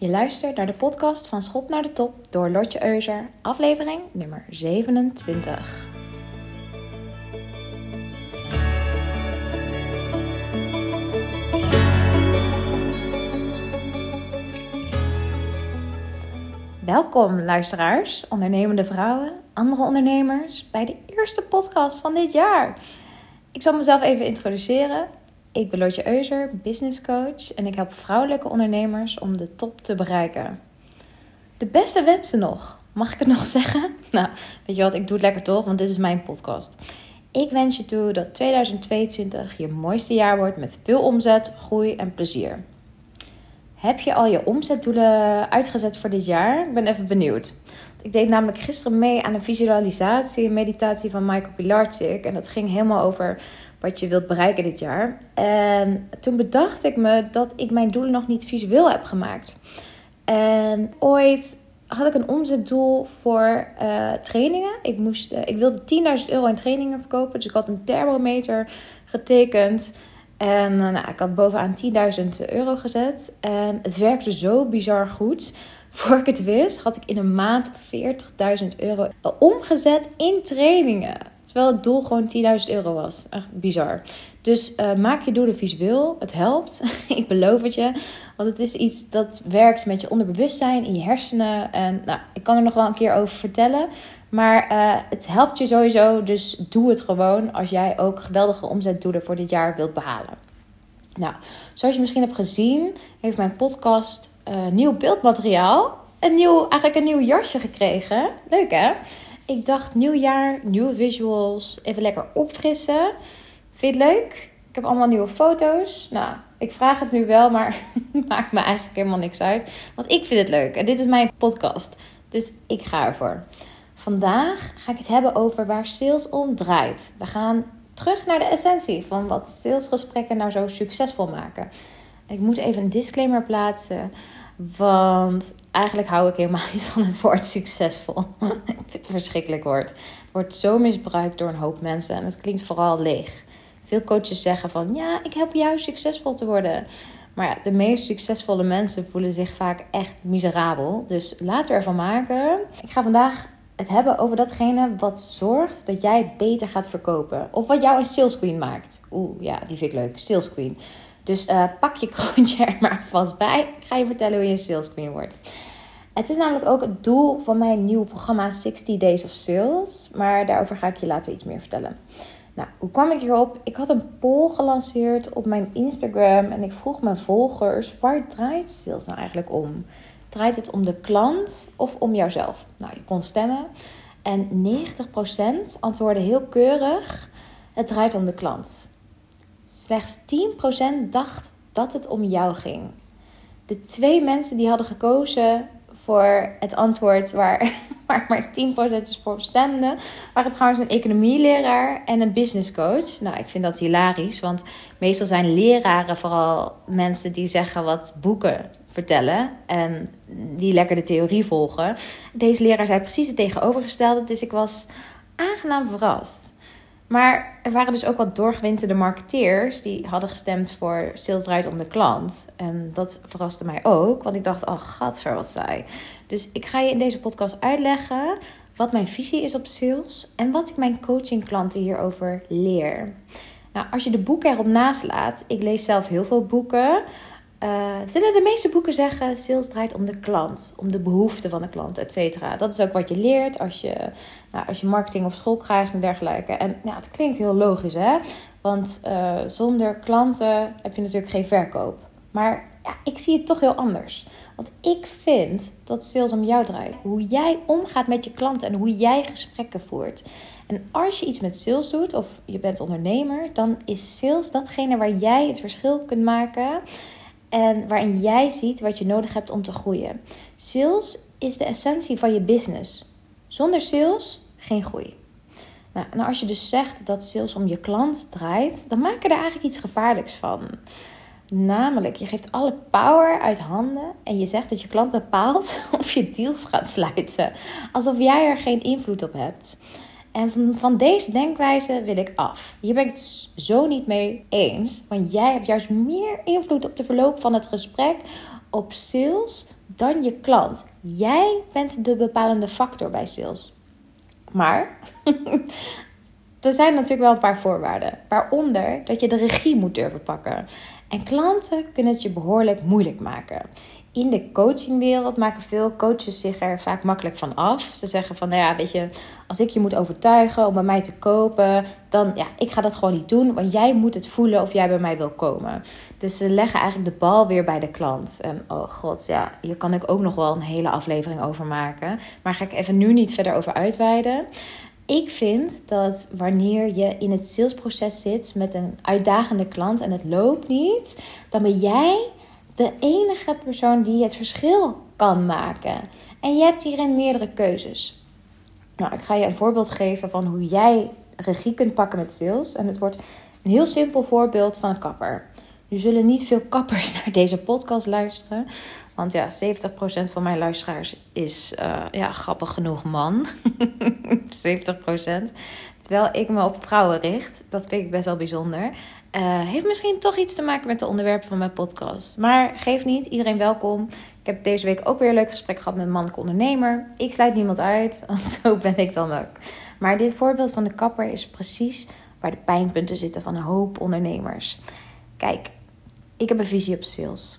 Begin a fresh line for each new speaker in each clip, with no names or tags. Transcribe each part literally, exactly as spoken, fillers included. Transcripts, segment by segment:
Je luistert naar de podcast van Schop naar de Top door Lotje Euser, aflevering nummer zevenentwintig. Welkom luisteraars, ondernemende vrouwen, andere ondernemers bij de eerste podcast van dit jaar. Ik zal mezelf even introduceren. Ik ben Lotje Euser, business coach en ik help vrouwelijke ondernemers om de top te bereiken. De beste wensen nog, mag ik het nog zeggen? Nou, weet je wat, ik doe het lekker toch, want dit is mijn podcast. Ik wens je toe dat tweeduizend tweeëntwintig je mooiste jaar wordt met veel omzet, groei en plezier. Heb je al je omzetdoelen uitgezet voor dit jaar? Ik ben even benieuwd. Ik deed namelijk gisteren mee aan een visualisatie en meditatie van Michael Pilarczyk. En dat ging helemaal over wat je wilt bereiken dit jaar. En toen bedacht ik me dat ik mijn doelen nog niet visueel heb gemaakt. En ooit had ik een omzetdoel voor uh, trainingen. Ik, moest, uh, ik wilde tienduizend euro in trainingen verkopen. Dus ik had een thermometer getekend. En uh, nou, ik had bovenaan tienduizend euro gezet. En het werkte zo bizar goed. Voor ik het wist, had ik in een maand veertigduizend euro omgezet in trainingen. Terwijl het doel gewoon tienduizend euro was. Echt bizar. Dus uh, maak je doelen visueel. Het helpt. Ik beloof het je. Want het is iets dat werkt met je onderbewustzijn in je hersenen. En nou, ik kan er nog wel een keer over vertellen. Maar uh, het helpt je sowieso. Dus doe het gewoon als jij ook geweldige omzetdoelen voor dit jaar wilt behalen. Nou, zoals je misschien hebt gezien, heeft mijn podcast uh, nieuw beeldmateriaal. Een nieuw, eigenlijk een nieuw jasje gekregen. Leuk hè? Ik dacht, nieuw jaar, nieuwe visuals, even lekker opfrissen. Vind je het leuk? Ik heb allemaal nieuwe foto's. Nou, ik vraag het nu wel, maar het maakt me eigenlijk helemaal niks uit. Want ik vind het leuk en dit is mijn podcast. Dus ik ga ervoor. Vandaag ga ik het hebben over waar sales om draait. We gaan terug naar de essentie van wat salesgesprekken nou zo succesvol maken. Ik moet even een disclaimer plaatsen. Want eigenlijk hou ik helemaal niet van het woord succesvol. Ik vind het een verschrikkelijk woord. Het wordt zo misbruikt door een hoop mensen. En het klinkt vooral leeg. Veel coaches zeggen van, ja, ik help jou succesvol te worden. Maar ja, de meest succesvolle mensen voelen zich vaak echt miserabel. Dus laten we ervan maken. Ik ga vandaag het hebben over datgene wat zorgt dat jij beter gaat verkopen. Of wat jou een sales queen maakt. Oeh, ja, die vind ik leuk. Sales queen. Dus uh, pak je kroontje er maar vast bij. Ik ga je vertellen hoe je een sales queen wordt. Het is namelijk ook het doel van mijn nieuwe programma zestig Days of Sales. Maar daarover ga ik je later iets meer vertellen. Nou, hoe kwam ik hierop? Ik had een poll gelanceerd op mijn Instagram. En ik vroeg mijn volgers, waar draait sales nou eigenlijk om? Draait het om de klant of om jouzelf? Nou, je kon stemmen. En negentig procent antwoordde heel keurig, het draait om de klant. Slechts tien procent dacht dat het om jou ging. De twee mensen die hadden gekozen voor het antwoord waar, waar maar tien procent dus voor stemde, waren trouwens een economieleraar en een business coach. Nou, ik vind dat hilarisch, want meestal zijn leraren vooral mensen die zeggen wat boeken vertellen en die lekker de theorie volgen. Deze leraar zei precies het tegenovergestelde, dus ik was aangenaam verrast. Maar er waren dus ook wat doorgewinterde marketeers die hadden gestemd voor sales draait om de klant. En dat verraste mij ook, want ik dacht, oh gadver wat saai. Dus ik ga je in deze podcast uitleggen wat mijn visie is op sales en wat ik mijn coachingklanten hierover leer. Nou, als je de boeken erop naslaat, ik lees zelf heel veel boeken. Uh, zullen de meeste boeken zeggen, sales draait om de klant, om de behoeften van de klant, et cetera. Dat is ook wat je leert als je, nou, als je marketing op school krijgt en dergelijke. En nou, het klinkt heel logisch, hè? Want uh, zonder klanten heb je natuurlijk geen verkoop. Maar ja, ik zie het toch heel anders. Want ik vind dat sales om jou draait. Hoe jij omgaat met je klanten en hoe jij gesprekken voert. En als je iets met sales doet of je bent ondernemer, dan is sales datgene waar jij het verschil kunt maken en waarin jij ziet wat je nodig hebt om te groeien. Sales is de essentie van je business. Zonder sales geen groei. Nou, en als je dus zegt dat sales om je klant draait, dan maak je er eigenlijk iets gevaarlijks van. Namelijk, je geeft alle power uit handen en je zegt dat je klant bepaalt of je deals gaat sluiten. Alsof jij er geen invloed op hebt. En van, van deze denkwijze wil ik af. Hier ben ik het zo niet mee eens. Want jij hebt juist meer invloed op de verloop van het gesprek. Op sales dan je klant. Jij bent de bepalende factor bij sales. Maar er zijn natuurlijk wel een paar voorwaarden. Waaronder dat je de regie moet durven pakken. En klanten kunnen het je behoorlijk moeilijk maken. In de coachingwereld maken veel coaches zich er vaak makkelijk van af. Ze zeggen van, nou ja, weet je, als ik je moet overtuigen om bij mij te kopen, dan ja, ik ga dat gewoon niet doen, want jij moet het voelen of jij bij mij wil komen. Dus ze leggen eigenlijk de bal weer bij de klant. En oh god, ja, hier kan ik ook nog wel een hele aflevering over maken. Maar ga ik even nu niet verder over uitweiden. Ik vind dat wanneer je in het salesproces zit met een uitdagende klant en het loopt niet, dan ben jij de enige persoon die het verschil kan maken. En je hebt hierin meerdere keuzes. Nou, ik ga je een voorbeeld geven van hoe jij regie kunt pakken met sales. En het wordt een heel simpel voorbeeld van een kapper. Nu zullen niet veel kappers naar deze podcast luisteren. Want ja, zeventig procent van mijn luisteraars is uh, ja, grappig genoeg man. zeventig procent. Terwijl ik me op vrouwen richt. Dat vind ik best wel bijzonder. Uh, heeft misschien toch iets te maken met de onderwerpen van mijn podcast. Maar geef niet, iedereen welkom. Ik heb deze week ook weer een leuk gesprek gehad met een mannelijke ondernemer. Ik sluit niemand uit, want zo ben ik dan ook. Maar dit voorbeeld van de kapper is precies waar de pijnpunten zitten van een hoop ondernemers. Kijk, ik heb een visie op sales.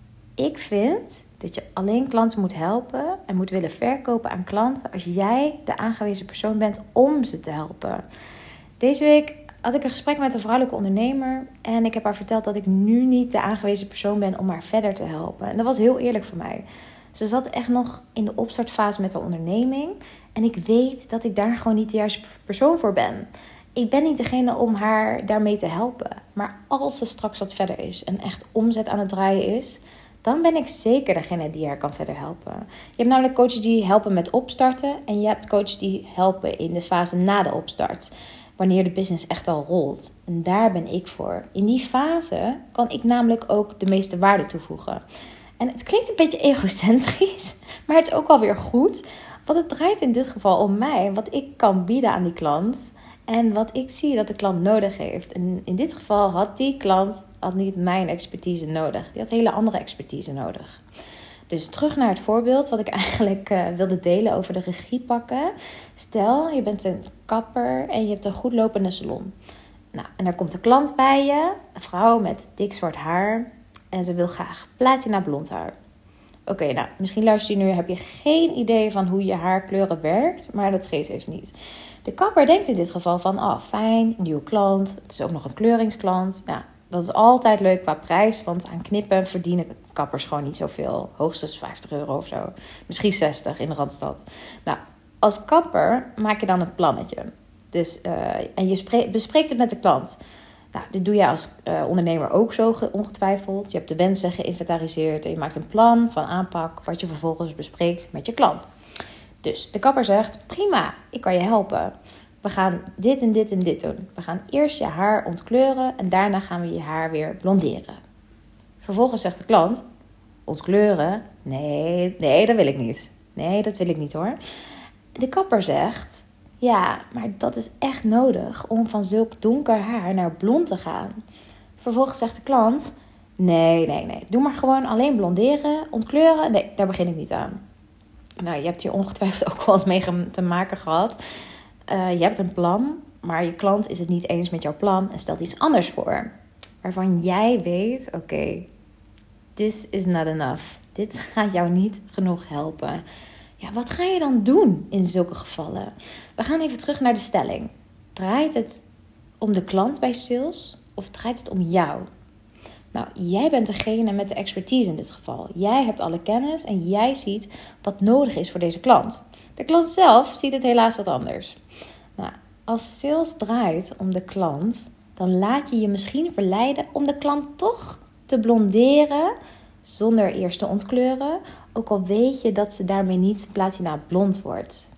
Ik vind dat je alleen klanten moet helpen en moet willen verkopen aan klanten als jij de aangewezen persoon bent om ze te helpen. Deze week had ik een gesprek met een vrouwelijke ondernemer en ik heb haar verteld dat ik nu niet de aangewezen persoon ben om haar verder te helpen. En dat was heel eerlijk voor mij. Ze zat echt nog in de opstartfase met de onderneming en ik weet dat ik daar gewoon niet de juiste persoon voor ben. Ik ben niet degene om haar daarmee te helpen. Maar als ze straks wat verder is en echt omzet aan het draaien is, dan ben ik zeker degene die haar kan verder helpen. Je hebt namelijk coaches die helpen met opstarten en je hebt coaches die helpen in de fase na de opstart. Wanneer de business echt al rolt. En daar ben ik voor. In die fase kan ik namelijk ook de meeste waarde toevoegen. En het klinkt een beetje egocentrisch, maar het is ook alweer goed. Want het draait in dit geval om mij. Wat ik kan bieden aan die klant. En wat ik zie dat de klant nodig heeft. En in dit geval had die klant had niet mijn expertise nodig. Die had hele andere expertise nodig. Dus terug naar het voorbeeld wat ik eigenlijk uh, wilde delen over de regie pakken. Stel, je bent een kapper en je hebt een goed lopende salon. Nou, en daar komt een klant bij je, een vrouw met dik zwart haar. En ze wil graag platina blond haar. Oké, okay, nou, misschien luister je nu, heb je geen idee van hoe je haarkleuren werkt. Maar dat geeft even niet. De kapper denkt in dit geval van, oh fijn, nieuwe klant. Het is ook nog een kleuringsklant. Nou, dat is altijd leuk qua prijs, want aan knippen verdienen kappers gewoon niet zoveel. Hoogstens vijftig euro of zo. Misschien zestig in de Randstad. Nou, als kapper maak je dan een plannetje. Dus, uh, en je spreekt, bespreekt het met de klant. Nou, dit doe je als uh, ondernemer ook zo ongetwijfeld. Je hebt de wensen geïnventariseerd en je maakt een plan van aanpak wat je vervolgens bespreekt met je klant. Dus de kapper zegt, prima, ik kan je helpen. We gaan dit en dit en dit doen. We gaan eerst je haar ontkleuren en daarna gaan we je haar weer blonderen. Vervolgens zegt de klant, ontkleuren? Nee, nee, dat wil ik niet. Nee, dat wil ik niet hoor. De kapper zegt, ja, maar dat is echt nodig om van zulk donker haar naar blond te gaan. Vervolgens zegt de klant, nee, nee, nee. Doe maar gewoon alleen blonderen, ontkleuren. Nee, daar begin ik niet aan. Nou, je hebt hier ongetwijfeld ook wel eens mee te maken gehad. Uh, je hebt een plan, maar je klant is het niet eens met jouw plan en stelt iets anders voor. Waarvan jij weet, oké, okay, this is not enough. Dit gaat jou niet genoeg helpen. Ja, wat ga je dan doen in zulke gevallen? We gaan even terug naar de stelling. Draait het om de klant bij sales of draait het om jou? Nou, jij bent degene met de expertise in dit geval. Jij hebt alle kennis en jij ziet wat nodig is voor deze klant. De klant zelf ziet het helaas wat anders. Nou, als sales draait om de klant, dan laat je je misschien verleiden om de klant toch te blonderen zonder eerst te ontkleuren, ook al weet je dat ze daarmee niet platina blond wordt.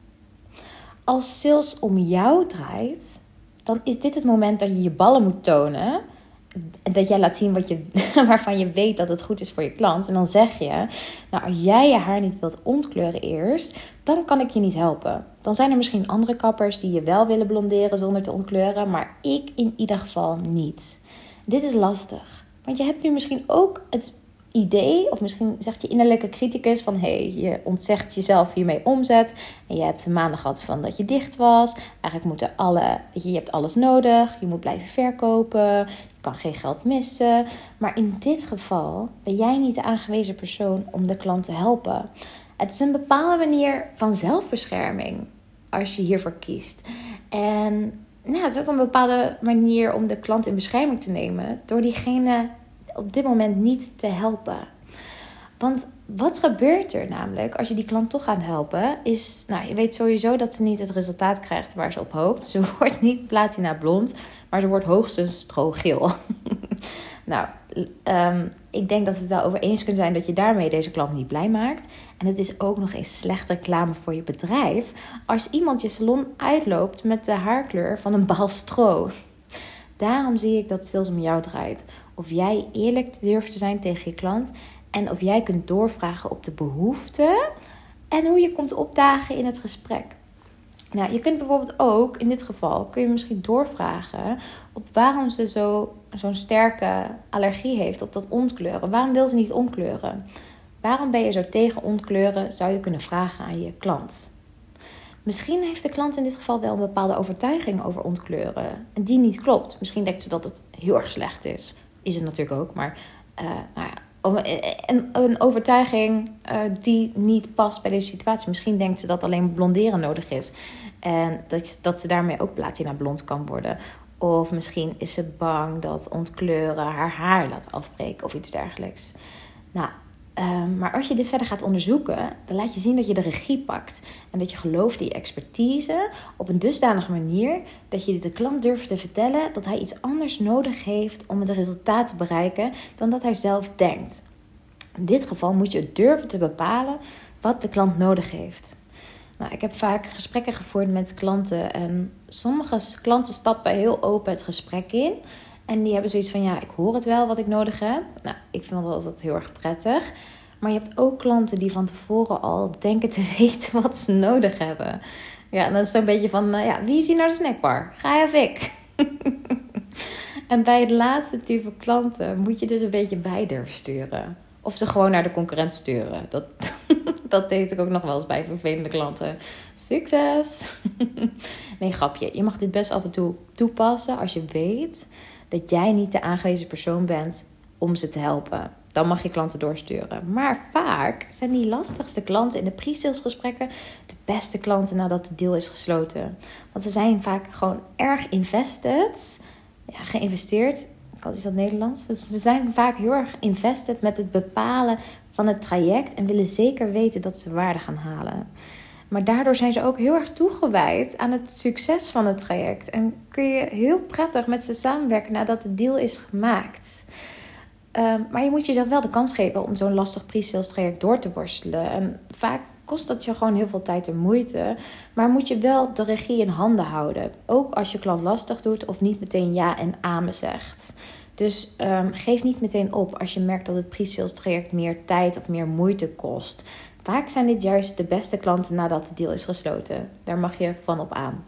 Als sales om jou draait, dan is dit het moment dat je je ballen moet tonen. Dat jij laat zien wat je, waarvan je weet dat het goed is voor je klant. En dan zeg je, nou als jij je haar niet wilt ontkleuren eerst, dan kan ik je niet helpen. Dan zijn er misschien andere kappers die je wel willen blonderen zonder te ontkleuren, maar ik in ieder geval niet. Dit is lastig. Want je hebt nu misschien ook het idee, of misschien zegt je innerlijke criticus van, hé, hey, je ontzegt jezelf hiermee omzet. En je hebt de maanden gehad van dat je dicht was. Eigenlijk moeten alle, weet je, je hebt alles nodig. Je moet blijven verkopen. Je kan geen geld missen. Maar in dit geval ben jij niet de aangewezen persoon om de klant te helpen. Het is een bepaalde manier van zelfbescherming als je hiervoor kiest. En nou, het is ook een bepaalde manier om de klant in bescherming te nemen door diegene op dit moment niet te helpen. Want wat gebeurt er namelijk als je die klant toch gaat helpen? Is, nou, je weet sowieso dat ze niet het resultaat krijgt waar ze op hoopt. Ze wordt niet platina blond, maar ze wordt hoogstens strogeel. nou, um, ik denk dat we het wel over eens kunnen zijn dat je daarmee deze klant niet blij maakt. En het is ook nog eens slechte reclame voor je bedrijf als iemand je salon uitloopt met de haarkleur van een bal stro. Daarom zie ik dat sales om jou draait. Of jij eerlijk durft te zijn tegen je klant en of jij kunt doorvragen op de behoeften en hoe je komt opdagen in het gesprek. Nou, je kunt bijvoorbeeld ook, in dit geval, kun je misschien doorvragen op waarom ze zo, zo'n sterke allergie heeft op dat ontkleuren. Waarom wil ze niet ontkleuren? Waarom ben je zo tegen ontkleuren, zou je kunnen vragen aan je klant. Misschien heeft de klant in dit geval wel een bepaalde overtuiging over ontkleuren. En die niet klopt. Misschien denkt ze dat het heel erg slecht is. Is het natuurlijk ook, maar uh, nou ja, een, een overtuiging uh, die niet past bij deze situatie. Misschien denkt ze dat alleen blonderen nodig is. En dat, dat ze daarmee ook platina blond kan worden. Of misschien is ze bang dat ontkleuren haar haar laat afbreken of iets dergelijks. Nou, uh, maar als je dit verder gaat onderzoeken, dan laat je zien dat je de regie pakt. En dat je gelooft in je expertise op een dusdanige manier dat je de klant durft te vertellen dat hij iets anders nodig heeft om het resultaat te bereiken dan dat hij zelf denkt. In dit geval moet je durven te bepalen wat de klant nodig heeft. Nou, ik heb vaak gesprekken gevoerd met klanten en sommige klanten stappen heel open het gesprek in. En die hebben zoiets van, ja, ik hoor het wel wat ik nodig heb. Nou, ik vind dat altijd heel erg prettig. Maar je hebt ook klanten die van tevoren al denken te weten wat ze nodig hebben. Ja, en dat is zo'n beetje van, uh, ja, wie is hier naar de snackbar? Ga je of ik? En bij het laatste type klanten moet je dus een beetje bij durven sturen. Of ze gewoon naar de concurrent sturen. Dat, dat deed ik ook nog wel eens bij vervelende klanten. Succes! Nee, grapje. Je mag dit best af en toe toepassen als je weet dat jij niet de aangewezen persoon bent om ze te helpen. Dan mag je klanten doorsturen. Maar vaak zijn die lastigste klanten in de pre-sales gesprekken de beste klanten nadat de deal is gesloten. Want ze zijn vaak gewoon erg invested. Ja, geïnvesteerd. Is dat Nederlands? Dus ze zijn vaak heel erg invested met het bepalen van het traject en willen zeker weten dat ze waarde gaan halen. Maar daardoor zijn ze ook heel erg toegewijd aan het succes van het traject. En kun je heel prettig met ze samenwerken nadat de deal is gemaakt. Uh, maar je moet jezelf wel de kans geven om zo'n lastig pre-sales traject door te worstelen. En vaak kost dat je gewoon heel veel tijd en moeite. Maar moet je wel de regie in handen houden. Ook als je klant lastig doet of niet meteen ja en amen zegt. Dus um, geef niet meteen op als je merkt dat het pre-sales traject meer tijd of meer moeite kost. Vaak zijn dit juist de beste klanten nadat de deal is gesloten. Daar mag je van op aan.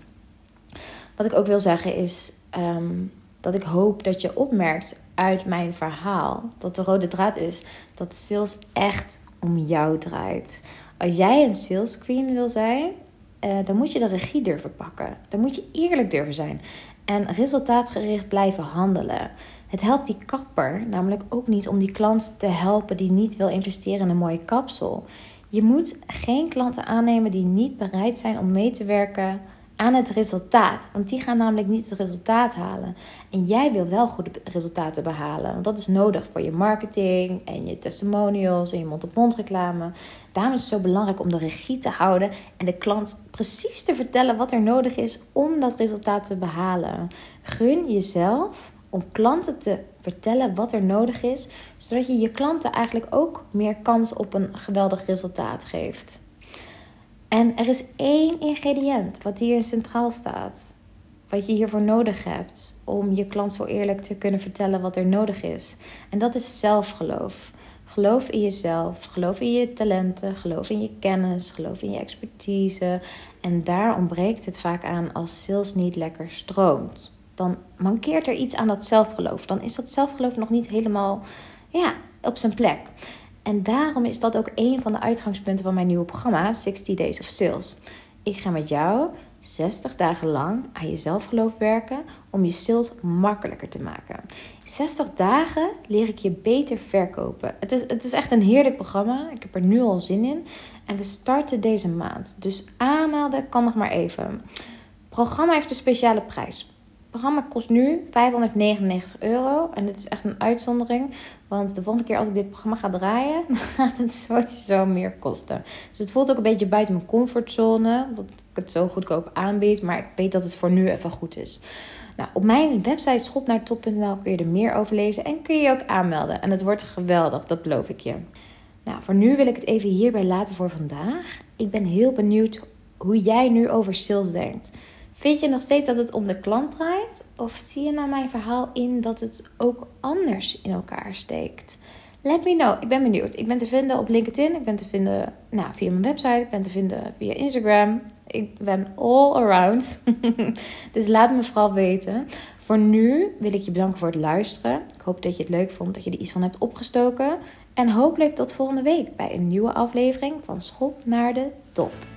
Wat ik ook wil zeggen is um, dat ik hoop dat je opmerkt uit mijn verhaal dat de rode draad is dat sales echt om jou draait. Als jij een sales queen wil zijn, uh, dan moet je de regie durven pakken. Dan moet je eerlijk durven zijn en resultaatgericht blijven handelen. Het helpt die kapper namelijk ook niet om die klant te helpen die niet wil investeren in een mooie kapsel. Je moet geen klanten aannemen die niet bereid zijn om mee te werken aan het resultaat. Want die gaan namelijk niet het resultaat halen. En jij wil wel goede resultaten behalen. Want dat is nodig voor je marketing en je testimonials en je mond-op-mond reclame. Daarom is het zo belangrijk om de regie te houden en de klant precies te vertellen wat er nodig is om dat resultaat te behalen. Gun jezelf om klanten te vertellen wat er nodig is, zodat je je klanten eigenlijk ook meer kans op een geweldig resultaat geeft. En er is één ingrediënt wat hier centraal staat, wat je hiervoor nodig hebt om je klant zo eerlijk te kunnen vertellen wat er nodig is. En dat is zelfgeloof. Geloof in jezelf, geloof in je talenten, geloof in je kennis, geloof in je expertise. En daar ontbreekt het vaak aan als sales niet lekker stroomt. Dan mankeert er iets aan dat zelfgeloof. Dan is dat zelfgeloof nog niet helemaal, ja, op zijn plek. En daarom is dat ook een van de uitgangspunten van mijn nieuwe programma, zestig Days of Sales. Ik ga met jou zestig dagen lang aan je zelfgeloof werken om je sales makkelijker te maken. In zestig dagen leer ik je beter verkopen. Het is, het is echt een heerlijk programma. Ik heb er nu al zin in. En we starten deze maand. Dus aanmelden kan nog maar even. Het programma heeft een speciale prijs. Het programma kost nu vijfhonderdnegenennegentig euro. En dit is echt een uitzondering. Want de volgende keer als ik dit programma ga draaien, dan gaat het sowieso meer kosten. Dus het voelt ook een beetje buiten mijn comfortzone. Dat ik het zo goedkoop aanbied. Maar ik weet dat het voor nu even goed is. Nou, op mijn website schop naar top punt n l kun je er meer over lezen. En kun je je ook aanmelden. En het wordt geweldig, dat beloof ik je. Nou, voor nu wil ik het even hierbij laten voor vandaag. Ik ben heel benieuwd hoe jij nu over sales denkt. Vind je nog steeds dat het om de klant draait? Of zie je nou mijn verhaal in dat het ook anders in elkaar steekt? Let me know. Ik ben benieuwd. Ik ben te vinden op LinkedIn. Ik ben te vinden nou, via mijn website. Ik ben te vinden via Instagram. Ik ben all around. Dus laat me vooral weten. Voor nu wil ik je bedanken voor het luisteren. Ik hoop dat je het leuk vond. Dat je er iets van hebt opgestoken. En hopelijk tot volgende week bij een nieuwe aflevering van Schop naar de Top.